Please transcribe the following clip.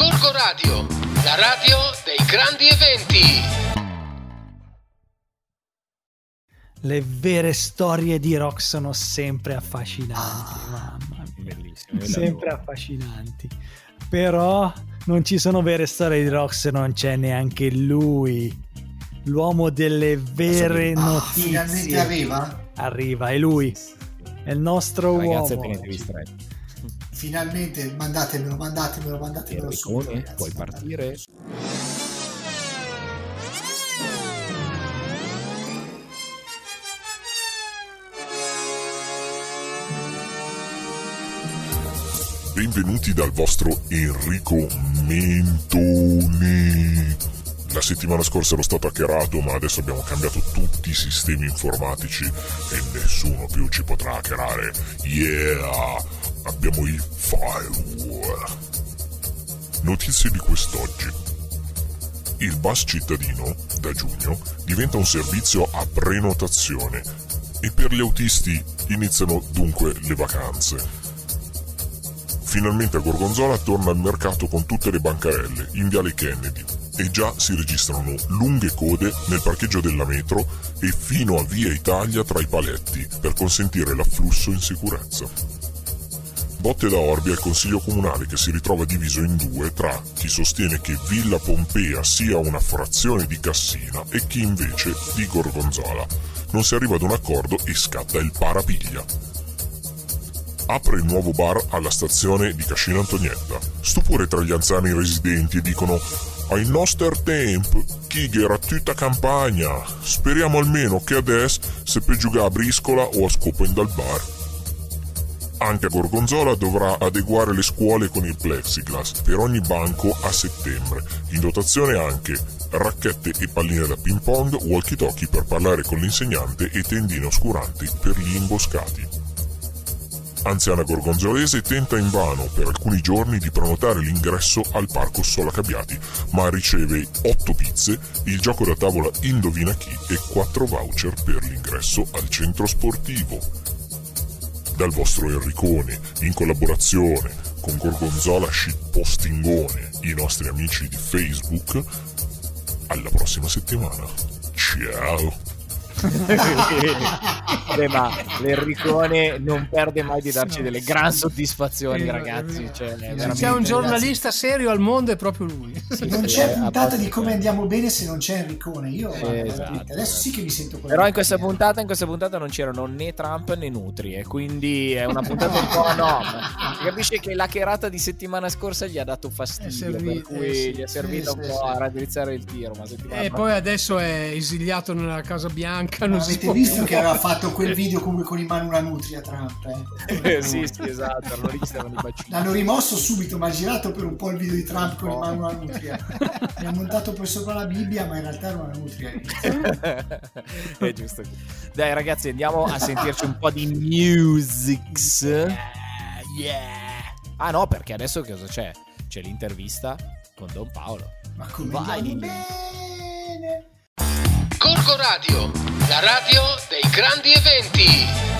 Gorgo Radio, la radio dei grandi eventi. Le vere storie di rock sono sempre affascinanti, mamma mia. Bellissimo, Sempre affascinanti. Però non ci sono vere storie di rock se non c'è neanche lui, l'uomo delle vere notizie. Finalmente Arriva, è lui, è il nostro Ragazzi, uomo. tenetevi stretti. Finalmente, mandatemelo subito, ragazzi. Puoi partire. Benvenuti dal vostro Enrico Mentoni. La settimana scorsa ero stato hackerato, ma adesso abbiamo cambiato tutti i sistemi informatici e nessuno più ci potrà hackerare. Yeah! Abbiamo i firewall. Notizie di quest'oggi. Il bus cittadino, da giugno, diventa un servizio a prenotazione e per gli autisti iniziano dunque le vacanze. Finalmente a Gorgonzola torna al mercato con tutte le bancarelle in Viale Kennedy e già si registrano lunghe code nel parcheggio della metro e fino a Via Italia tra i paletti per consentire l'afflusso in sicurezza. Botte da Orbi al Consiglio Comunale che si ritrova diviso in due tra chi sostiene che Villa Pompea sia una frazione di Cassina e chi invece di Gorgonzola. Non si arriva ad un accordo e scatta il parapiglia. Apre il nuovo bar alla stazione di Cascina Antonietta. Stupore tra gli anziani residenti e dicono: ai nostri tempi, chi era tutta campagna. Speriamo almeno che adesso se per giocare a briscola o a scopen dal bar. Anche a Gorgonzola dovrà adeguare le scuole con il plexiglass per ogni banco a settembre. In dotazione anche racchette e palline da ping pong, walkie-talkie per parlare con l'insegnante e tendine oscuranti per gli imboscati. Anziana gorgonzolese tenta invano per alcuni giorni di prenotare l'ingresso al parco Solacabbiati, ma riceve 8 pizze, il gioco da tavola Indovina chi e 4 voucher per l'ingresso al centro sportivo. Dal vostro Enricone, in collaborazione con Gorgonzola Shitpostingone, i nostri amici di Facebook, alla prossima settimana. Ciao! Ma l'Enricone non perde mai di darci delle gran soddisfazioni, ragazzi. Cioè, se c'è un giornalista serio al mondo è proprio lui. Non c'è puntata di Come andiamo bene se non c'è Enricone. Io esatto. Adesso sì che mi sento quello. Però in questa puntata non c'erano né Trump né Nutri, e quindi è una puntata un po' anomala. Si capisce che l'hackerata di settimana scorsa gli ha dato fastidio, per cui gli è servito un po' a raddrizzare il tiro. Ma poi adesso è esiliato nella Casa Bianca. Non avete visto che aveva fatto quel video comunque con in mano una nutria Trump? Sì, esatto. Allora gli stavano i bacini. L'hanno rimosso subito, ma ha girato per un po' il video di Trump con in mano una nutria. Mi ha montato poi sopra la Bibbia, ma in realtà era una nutria. È giusto. Dai ragazzi, andiamo a sentirci un po' di music. Ah no, perché adesso che cosa c'è? C'è l'intervista con Don Paolo. Ma come andiamo bene? Gorgo Radio, la radio dei grandi eventi.